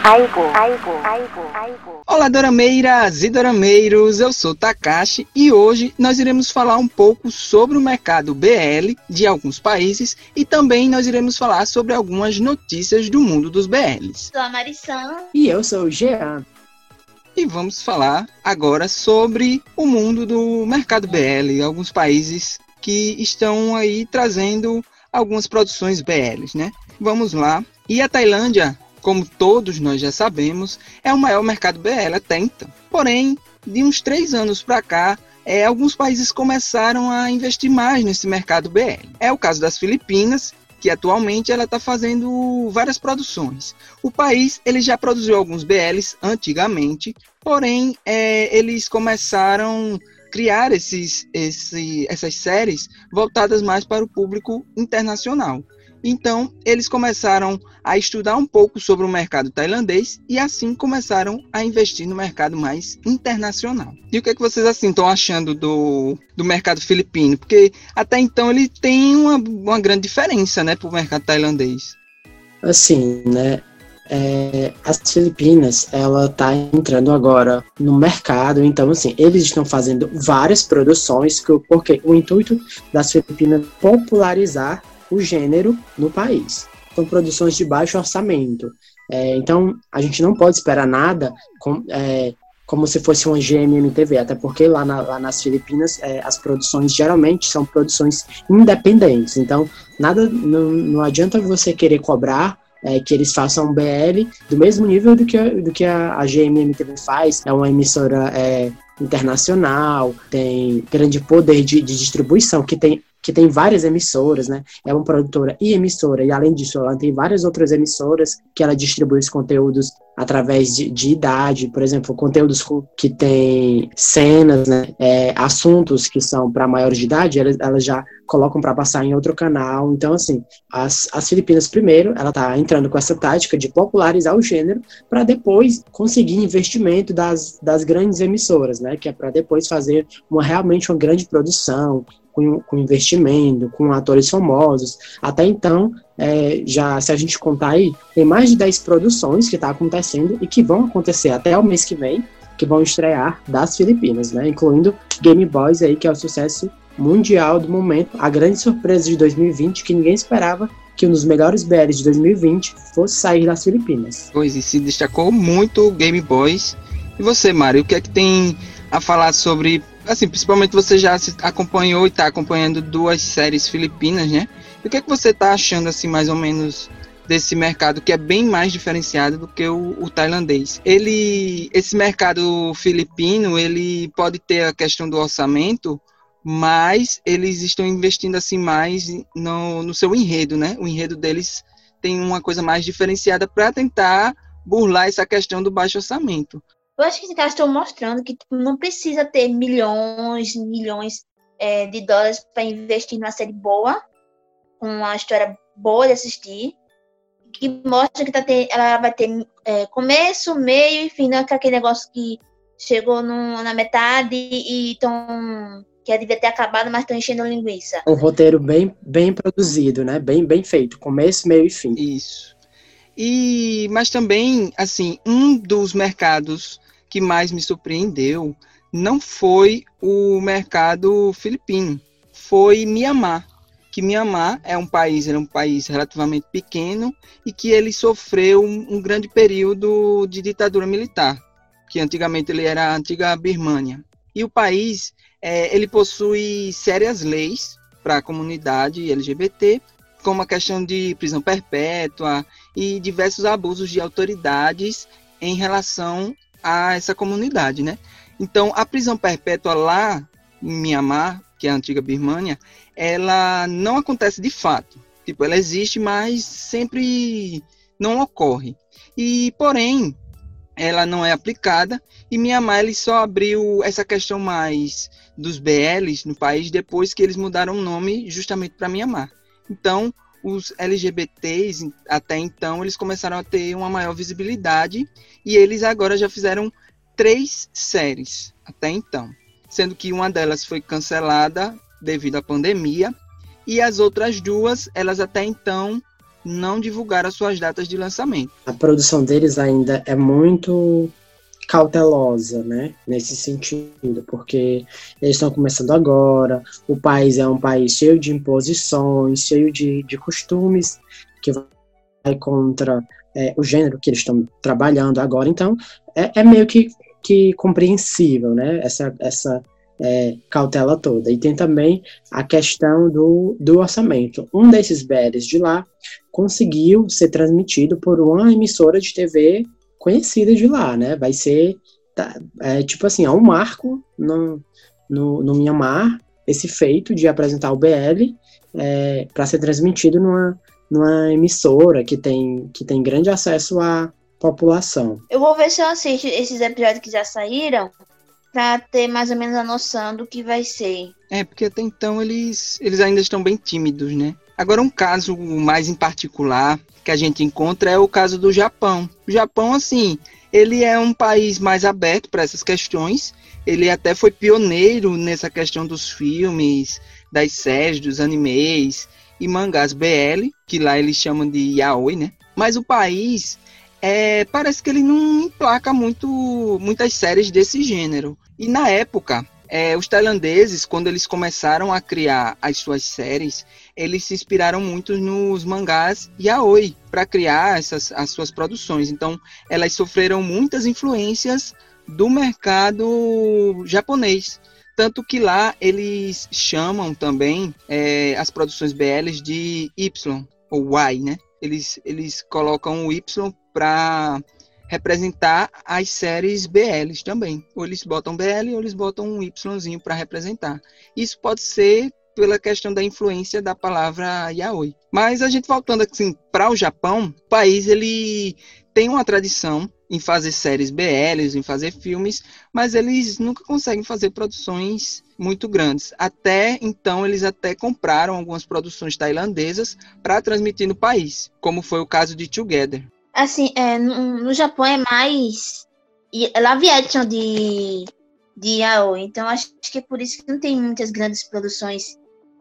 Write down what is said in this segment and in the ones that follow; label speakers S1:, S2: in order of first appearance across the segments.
S1: Olá, dorameiras e dorameiros, eu sou Takashi e hoje nós iremos falar um pouco sobre o mercado BL de alguns países e também nós iremos falar sobre algumas notícias do mundo dos BLs.
S2: Sou a Marissan.
S3: E eu sou o Jean.
S1: E vamos falar agora sobre o mundo do mercado BL, alguns países que estão aí trazendo algumas produções BLs, né? Vamos lá. E a Tailândia, como todos nós já sabemos, é o maior mercado BL até então. Porém, de uns 3 anos para cá, alguns países começaram a investir mais nesse mercado BL. É o caso das Filipinas, que atualmente ela está fazendo várias produções. O país ele já produziu alguns BLs antigamente, porém eles começaram a criar essas séries voltadas mais para o público internacional. Então, eles começaram a estudar um pouco sobre o mercado tailandês e assim começaram a investir no mercado mais internacional. E o que vocês assim estão achando do mercado filipino? Porque até então ele tem uma grande diferença, né, para o mercado tailandês.
S3: Assim, né, as Filipinas, ela tá entrando agora no mercado, então assim, eles estão fazendo várias produções, porque o intuito das Filipinas é popularizar o gênero no país. São produções de baixo orçamento. Então, a gente não pode esperar nada como se fosse uma GMMTV, até porque lá nas Filipinas as produções geralmente são produções independentes. Então, não adianta você querer cobrar que eles façam um BL do mesmo nível do que a GMMTV faz. É uma emissora internacional, tem grande poder de distribuição, que tem várias emissoras, né? É uma produtora e emissora, e além disso, ela tem várias outras emissoras que ela distribui os conteúdos através de idade, por exemplo, conteúdos que tem cenas, né? Assuntos que são para maiores de idade, elas já colocam para passar em outro canal. Então, assim, as Filipinas, primeiro, ela está entrando com essa tática de popularizar o gênero para depois conseguir investimento das grandes emissoras, né? Que é para depois fazer realmente uma grande produção, com investimento, com atores famosos. Até então, já se a gente contar aí, tem mais de 10 produções que está acontecendo e que vão acontecer até o mês que vem, que vão estrear das Filipinas, né? Incluindo Game Boys aí, que é o sucesso mundial do momento, a grande surpresa de 2020, que ninguém esperava que um dos melhores BLs de 2020 fosse sair das Filipinas.
S1: Pois, e se destacou muito o Game Boys. E você, Mário, o que é que tem a falar sobre... Assim, principalmente você já acompanhou e está acompanhando 2 séries filipinas, né? E o que é que você está achando, assim, mais ou menos, desse mercado que é bem mais diferenciado do que o tailandês? Esse mercado filipino, ele pode ter a questão do orçamento, mas eles estão investindo, assim, mais no seu enredo, né? O enredo deles tem uma coisa mais diferenciada para tentar burlar essa questão do baixo orçamento.
S2: Eu acho que esses caras estão mostrando que não precisa ter milhões de dólares para investir numa série boa, com uma história boa de assistir, que mostra que ela vai ter começo, meio e fim, não é aquele negócio que chegou na metade e que devia ter acabado, mas estão enchendo linguiça.
S3: Um roteiro bem produzido, né? Bem feito, começo, meio e fim.
S1: Isso. Mas também, assim, um dos mercados que mais me surpreendeu não foi o mercado filipino, foi Mianmar. Que Mianmar é um país relativamente pequeno e que ele sofreu um grande período de ditadura militar, que antigamente ele era a antiga Birmânia. E o país, ele possui sérias leis para a comunidade LGBT, como a questão de prisão perpétua e diversos abusos de autoridades em relação a essa comunidade, né? Então, a prisão perpétua lá em Mianmar, que é a antiga Birmânia, ela não acontece de fato. Tipo, ela existe, mas sempre não ocorre. Porém, ela não é aplicada e Mianmar ele só abriu essa questão mais dos BLs no país depois que eles mudaram o nome justamente para Mianmar. Então, os LGBTs, até então, eles começaram a ter uma maior visibilidade e eles agora já fizeram 3 séries até então, sendo que uma delas foi cancelada devido à pandemia e as outras 2, elas até então não divulgaram as suas datas de lançamento.
S3: A produção deles ainda é muito cautelosa, né, nesse sentido, porque eles estão começando agora, o país é um país cheio de imposições, cheio de costumes, que vai contra o gênero que eles estão trabalhando agora, então é meio que compreensível, né, essa cautela toda. E tem também a questão do orçamento. Um desses BLs de lá conseguiu ser transmitido por uma emissora de TV conhecida de lá, né? Vai ser, tipo assim, é um marco no Myanmar, esse feito de apresentar o BL para ser transmitido numa emissora que tem grande acesso à população.
S2: Eu vou ver se eu assisto esses episódios que já saíram, para ter mais ou menos a noção do que vai ser.
S1: Porque até então eles ainda estão bem tímidos, né? Agora, um caso mais em particular que a gente encontra é o caso do Japão. O Japão, assim, ele é um país mais aberto para essas questões. Ele até foi pioneiro nessa questão dos filmes, das séries, dos animes e mangás BL, que lá eles chamam de yaoi, né? Mas o país... parece que ele não emplaca muitas séries desse gênero. E na época, os tailandeses, quando eles começaram a criar as suas séries, eles se inspiraram muito nos mangás yaoi para criar as suas produções. Então, elas sofreram muitas influências do mercado japonês. Tanto que lá eles chamam também as produções BLs de Y, ou Y, né? Eles colocam o Y para representar as séries BLs também. Ou eles botam BL ou eles botam um Yzinho para representar. Isso pode ser pela questão da influência da palavra yaoi. Mas a gente voltando assim para o Japão, o país ele tem uma tradição em fazer séries BLs, em fazer filmes, mas eles nunca conseguem fazer produções muito grandes. Até então, eles até compraram algumas produções tailandesas para transmitir no país, como foi o caso de Together.
S2: Assim, no Japão é mais live action de yaoi, então acho que é por isso que não tem muitas grandes produções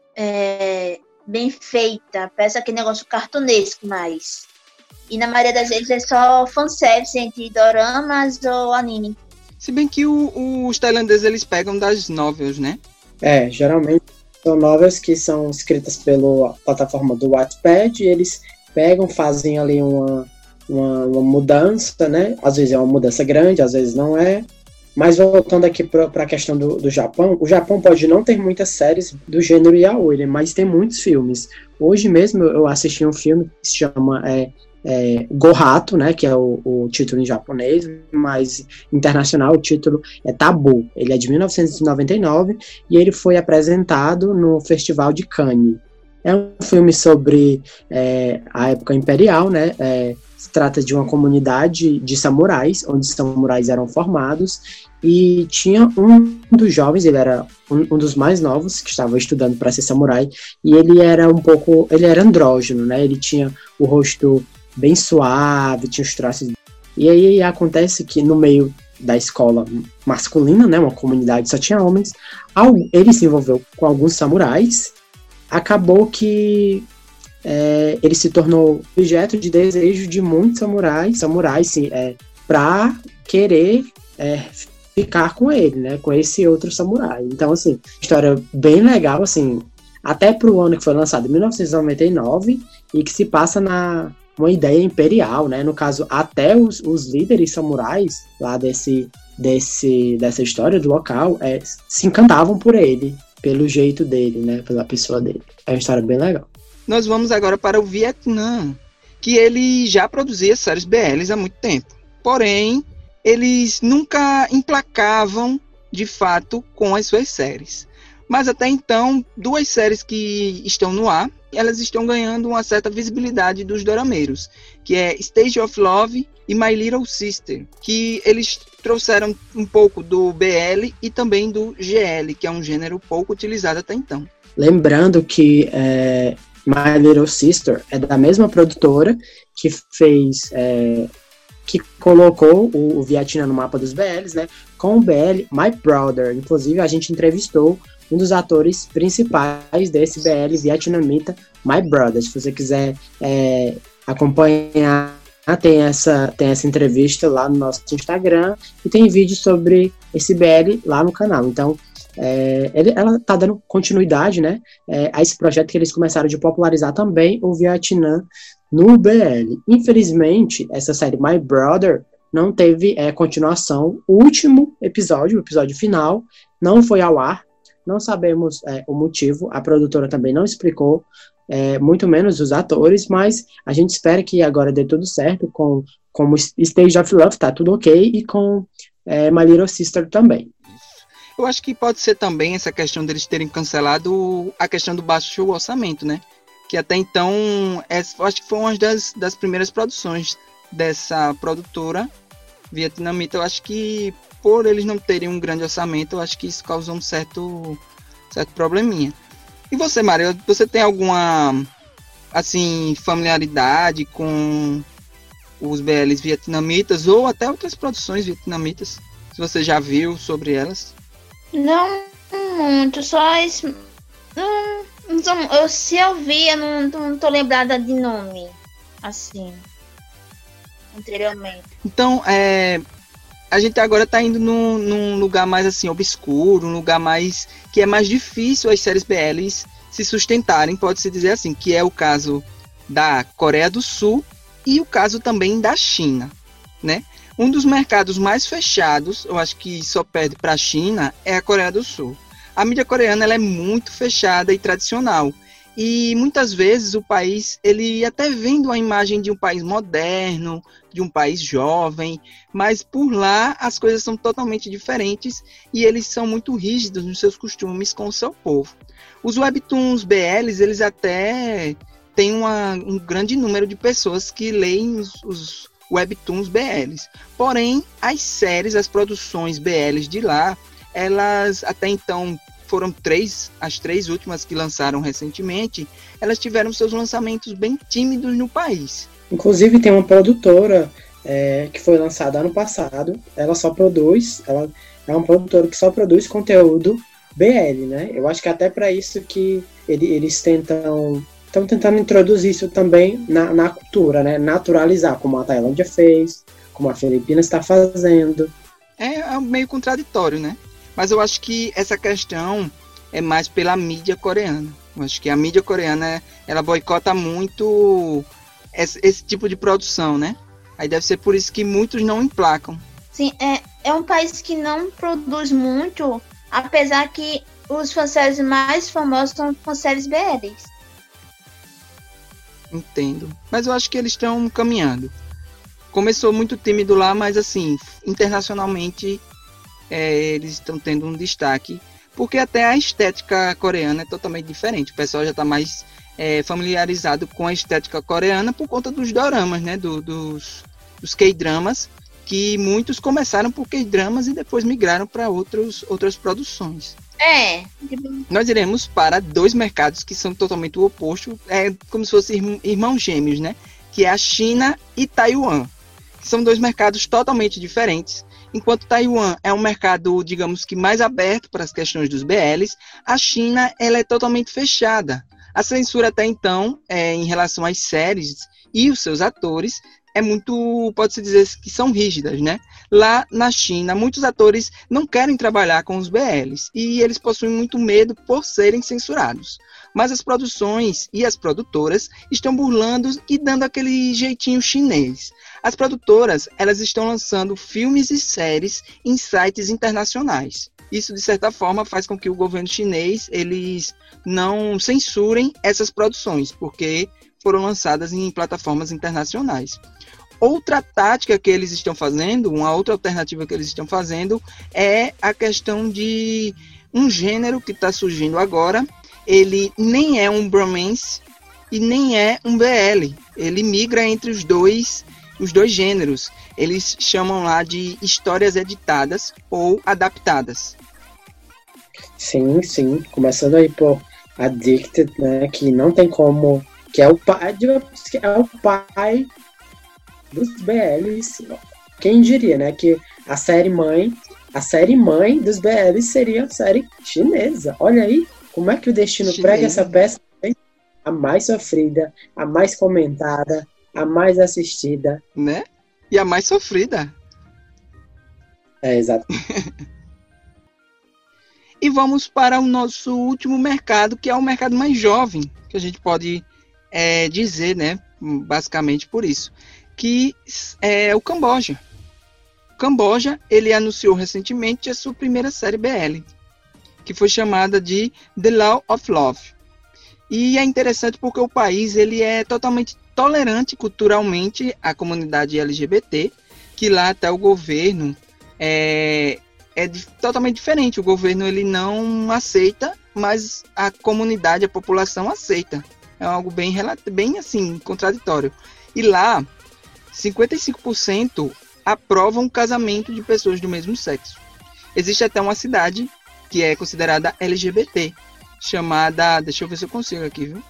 S2: bem feitas, parece aquele negócio cartunesco mais. E na maioria das vezes é só fanservice entre doramas ou anime.
S1: Se bem que os tailandeses eles pegam das novels, né?
S3: Geralmente são novels que são escritas pela plataforma do Wattpad e eles pegam, fazem ali uma mudança, né? Às vezes é uma mudança grande, às vezes não é. Mas voltando aqui para a questão do Japão, o Japão pode não ter muitas séries do gênero yaoi, mas tem muitos filmes. Hoje mesmo eu assisti um filme que se chama Gohato, né, que é o título em japonês, mas internacional o título é Tabu. Ele é de 1999 e ele foi apresentado no Festival de Cannes. É um filme sobre a época imperial, né? Se trata de uma comunidade de samurais, onde samurais eram formados, e tinha um dos jovens, ele era um dos mais novos, que estava estudando para ser samurai, e ele era andrógeno, né? Ele tinha o rosto bem suave, tinha os traços. E aí acontece que no meio da escola masculina, né, uma comunidade só tinha homens, ele se envolveu com alguns samurais, acabou que ele se tornou objeto de desejo de muitos samurais sim, para querer ficar com ele, né, com esse outro samurai. Então, assim, história bem legal, assim, até pro ano que foi lançado, em 1999, e que se passa uma ideia imperial, né, no caso, até os líderes samurais lá dessa história do local se encantavam por ele, pelo jeito dele, né, pela pessoa dele. É uma história bem legal.
S1: Nós vamos agora para o Vietnã, que ele já produzia séries BLs há muito tempo. Porém, eles nunca emplacavam, de fato, com as suas séries. Mas até então, 2 séries que estão no ar, elas estão ganhando uma certa visibilidade dos dorameiros, que é Stage of Love e My Little Sister, que eles trouxeram um pouco do BL e também do GL, que é um gênero pouco utilizado até então.
S3: Lembrando que My Little Sister é da mesma produtora que fez, que colocou o Vietnã no mapa dos BLs, né, com o BL My Brother. Inclusive, a gente entrevistou um dos atores principais desse BL vietnamita My Brother. Se você quiser acompanhar, tem essa entrevista lá no nosso Instagram e tem vídeo sobre esse BL lá no canal. Então, ela está dando continuidade, né, a esse projeto que eles começaram de popularizar também o Vietnã no BL. Infelizmente, essa série My Brother não teve continuação. O último episódio, o episódio final, não foi ao ar. Não sabemos o motivo. A produtora também não explicou, muito menos os atores, mas a gente espera que agora dê tudo certo com Stage of Love, tá tudo ok, e com My Little Sister também.
S1: Eu acho que pode ser também essa questão deles terem cancelado a questão do baixo orçamento, né? Que até então, acho que foi uma das primeiras produções dessa produtora vietnamita. Eu acho que por eles não terem um grande orçamento, eu acho que isso causou um certo probleminha. E você, Maria, você tem alguma assim, familiaridade com os BLs vietnamitas ou até outras produções vietnamitas? Se você já viu sobre elas?
S2: Não muito, só isso. Se eu vi, eu não tô lembrada de nome, assim, anteriormente.
S1: Então, a gente agora tá indo num lugar mais, assim, obscuro, um lugar mais, que é mais difícil as séries BLs se sustentarem, pode-se dizer assim, que é o caso da Coreia do Sul e o caso também da China, né? Um dos mercados mais fechados, eu acho que só perde para a China, é a Coreia do Sul. A mídia coreana ela é muito fechada e tradicional. E muitas vezes o país, ele até vende uma imagem de um país moderno, de um país jovem, mas por lá as coisas são totalmente diferentes e eles são muito rígidos nos seus costumes com o seu povo. Os webtoons BLs, eles até têm um grande número de pessoas que leem os webtoons BLs. Porém, as séries, as produções BLs de lá, elas até então foram as três últimas que lançaram recentemente, elas tiveram seus lançamentos bem tímidos no país.
S3: Inclusive tem uma produtora que foi lançada ano passado, ela é uma produtora que só produz conteúdo BL, né? Eu acho que até para isso que eles estão tentando introduzir isso também na cultura, né? Naturalizar, como a Tailândia fez, como a Filipinas está fazendo.
S1: É meio contraditório, né? Mas eu acho que essa questão é mais pela mídia coreana. Eu acho que a mídia coreana, ela boicota muito esse tipo de produção, né? Aí deve ser por isso que muitos não emplacam.
S2: Sim, é um país que não produz muito, apesar que os fanservices mais famosos são fanservices BLs.
S1: Entendo. Mas eu acho que eles estão caminhando. Começou muito tímido lá, mas assim, internacionalmente eles estão tendo um destaque. Porque até a estética coreana é totalmente diferente. O pessoal já está mais familiarizado com a estética coreana por conta dos doramas, né? Dos K-dramas, que muitos começaram por K-dramas e depois migraram para outras produções. Nós iremos para dois mercados que são totalmente o oposto, como se fossem irmãos gêmeos, né? Que é a China e Taiwan, que são dois mercados totalmente diferentes. Enquanto Taiwan é um mercado, digamos que mais aberto para as questões dos BLs, a China ela é totalmente fechada. A censura até então, em relação às séries e os seus atores, pode-se dizer que são rígidas, né? Lá na China, muitos atores não querem trabalhar com os BLs e eles possuem muito medo por serem censurados. Mas as produções e as produtoras estão burlando e dando aquele jeitinho chinês. As produtoras, elas estão lançando filmes e séries em sites internacionais. Isso, de certa forma, faz com que o governo chinês, eles não censurem essas produções, porque foram lançadas em plataformas internacionais. Outra tática que eles estão fazendo, uma outra alternativa que eles estão fazendo, é a questão de um gênero que está surgindo agora. Ele nem é um bromance e nem é um BL. Ele migra entre os dois gêneros. Eles chamam lá de histórias editadas ou adaptadas.
S3: Sim. Começando aí por Addicted, né? Que não tem como... Que é o pai dos BLs. Quem diria, né? Que a série mãe a série mãe dos BL seria a série chinesa. Olha aí como é que o destino prega essa peça. A mais sofrida, a mais comentada, a mais assistida.
S1: Né? E a mais sofrida.
S3: Exato.
S1: E vamos para o nosso último mercado, que é o mercado mais jovem, que a gente pode dizer, né? Basicamente por isso, que é o Camboja. O Camboja, ele anunciou recentemente a sua primeira série BL, que foi chamada de The Law of Love. E é interessante porque o país ele é totalmente tolerante culturalmente à comunidade LGBT, que lá até o governo é totalmente diferente. O governo ele não aceita, mas a comunidade, a população aceita. É algo bem assim, contraditório. E lá, 55% aprovam o casamento de pessoas do mesmo sexo. Existe até uma cidade que é considerada LGBT, chamada, deixa eu ver se eu consigo aqui, viu?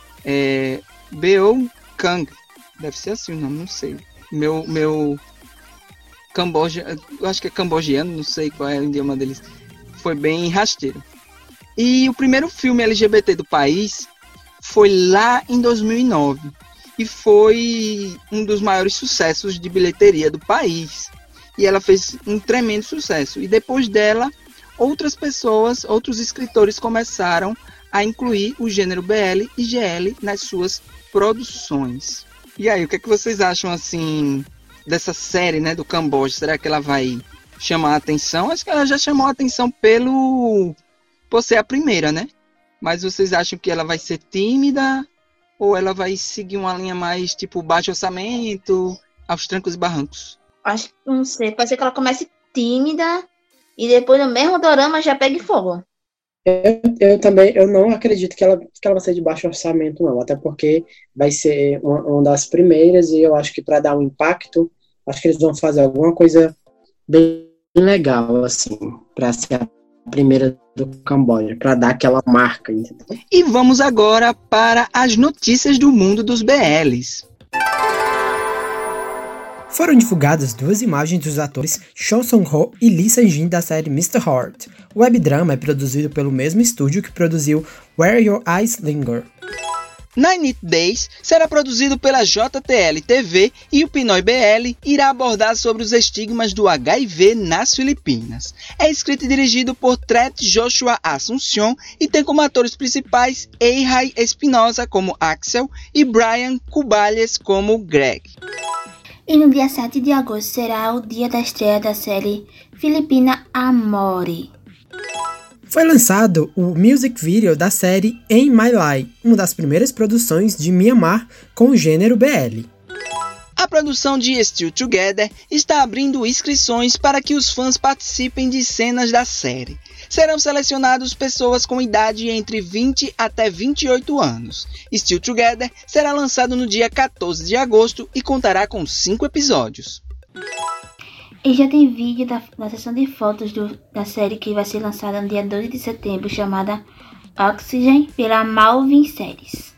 S1: Beokang. Deve ser assim o nome, não sei. Meu Camboja, eu acho que é cambogiano, não sei qual é o idioma deles. Foi bem rasteiro. E o primeiro filme LGBT do país foi lá em 2009 e foi um dos maiores sucessos de bilheteria do país. E ela fez um tremendo sucesso. E depois dela, outras pessoas, outros escritores começaram a incluir o gênero BL e GL nas suas produções. E aí, o que é que vocês acham assim dessa série, né, do Camboja? Será que ela vai chamar a atenção? Acho que ela já chamou a atenção por ser a primeira, né? Mas vocês acham que ela vai ser tímida ou ela vai seguir uma linha mais tipo baixo orçamento, aos trancos e barrancos?
S2: Acho que não sei. Pode ser que ela comece tímida e depois no mesmo dorama já pegue fogo.
S3: Eu também, eu não acredito que ela vai ser de baixo orçamento, não. Até porque vai ser uma das primeiras e eu acho que para dar um impacto, acho que eles vão fazer alguma coisa bem legal, assim, para ser a primeira do Camboja, para dar aquela marca, entendeu?
S1: E vamos agora para as notícias do mundo dos BLs.
S4: Foram divulgadas 2 imagens dos atores Cho Sung-ho e Lee Sang-jin da série Mr. Heart. O webdrama é produzido pelo mesmo estúdio que produziu Where Your Eyes Linger.
S1: 9 Days será produzido pela JTL TV e o Pinoy BL irá abordar sobre os estigmas do HIV nas Filipinas. É escrito e dirigido por Tret Joshua Asuncion e tem como atores principais Eihai Espinosa como Axel e Brian Cuballes como Greg.
S2: E no dia 7 de agosto será o dia da estreia da série filipina Amore.
S4: Foi lançado o music video da série In My Life, uma das primeiras produções de Myanmar com o gênero BL.
S1: A produção de Still Together está abrindo inscrições para que os fãs participem de cenas da série. Serão selecionados pessoas com idade entre 20 até 28 anos. Still Together será lançado no dia 14 de agosto e contará com 5 episódios.
S2: E já tem vídeo da sessão de fotos da série que vai ser lançada no dia 12 de setembro, chamada Oxygen, pela Malvin Series.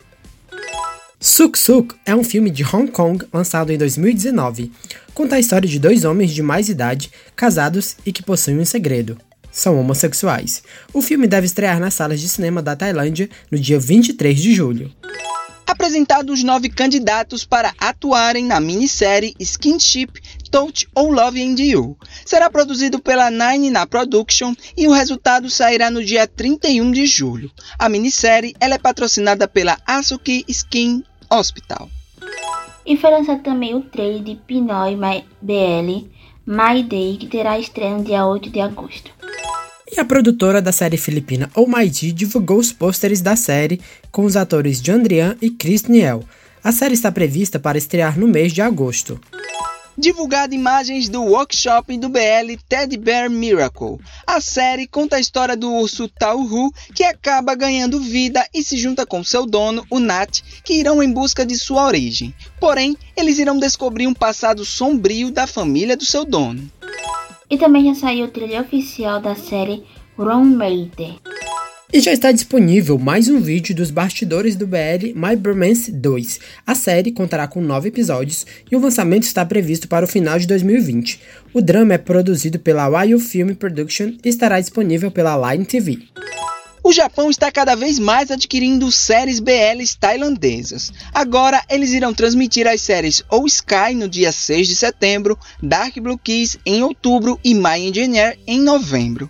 S4: Suk Suk é um filme de Hong Kong lançado em 2019. Conta a história de 2 homens de mais idade, casados e que possuem um segredo. São homossexuais. O filme deve estrear nas salas de cinema da Tailândia no dia 23 de julho.
S1: Apresentados 9 candidatos para atuarem na minissérie Skinship, Touch ou Love and You. Será produzido pela Nine Na Production e o resultado sairá no dia 31 de julho. A minissérie ela é patrocinada pela Asuki Skin Hospital.
S2: E foi lançado também o trailer de Pinoy BL My Day, que terá estreia no dia 8 de agosto.
S4: E a produtora da série filipina Oh My G divulgou os pôsteres da série com os atores John Drian e Chris Niel. A série está prevista para estrear no mês de agosto.
S1: Divulgado imagens do workshop do BL Teddy Bear Miracle. A série conta a história do urso Tauhu, que acaba ganhando vida e se junta com seu dono, o Nat, que irão em busca de sua origem. Porém, eles irão descobrir um passado sombrio da família do seu dono.
S2: E também já saiu o trailer oficial da série Roommate.
S4: E já está disponível mais um vídeo dos bastidores do BL My Bromance 2. A série contará com 9 episódios e o lançamento está previsto para o final de 2020. O drama é produzido pela Wayu Film Production e estará disponível pela Line TV.
S1: O Japão está cada vez mais adquirindo séries BLs tailandesas. Agora eles irão transmitir as séries Oh Sky no dia 6 de setembro, Dark Blue Kiss em outubro e My Engineer em novembro.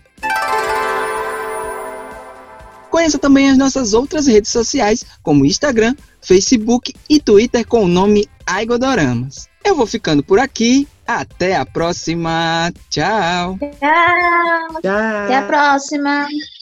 S1: Conheça também as nossas outras redes sociais, como Instagram, Facebook e Twitter com o nome Aigodoramas. Eu vou ficando por aqui. Até a próxima. Tchau.
S2: Tchau. Até a próxima.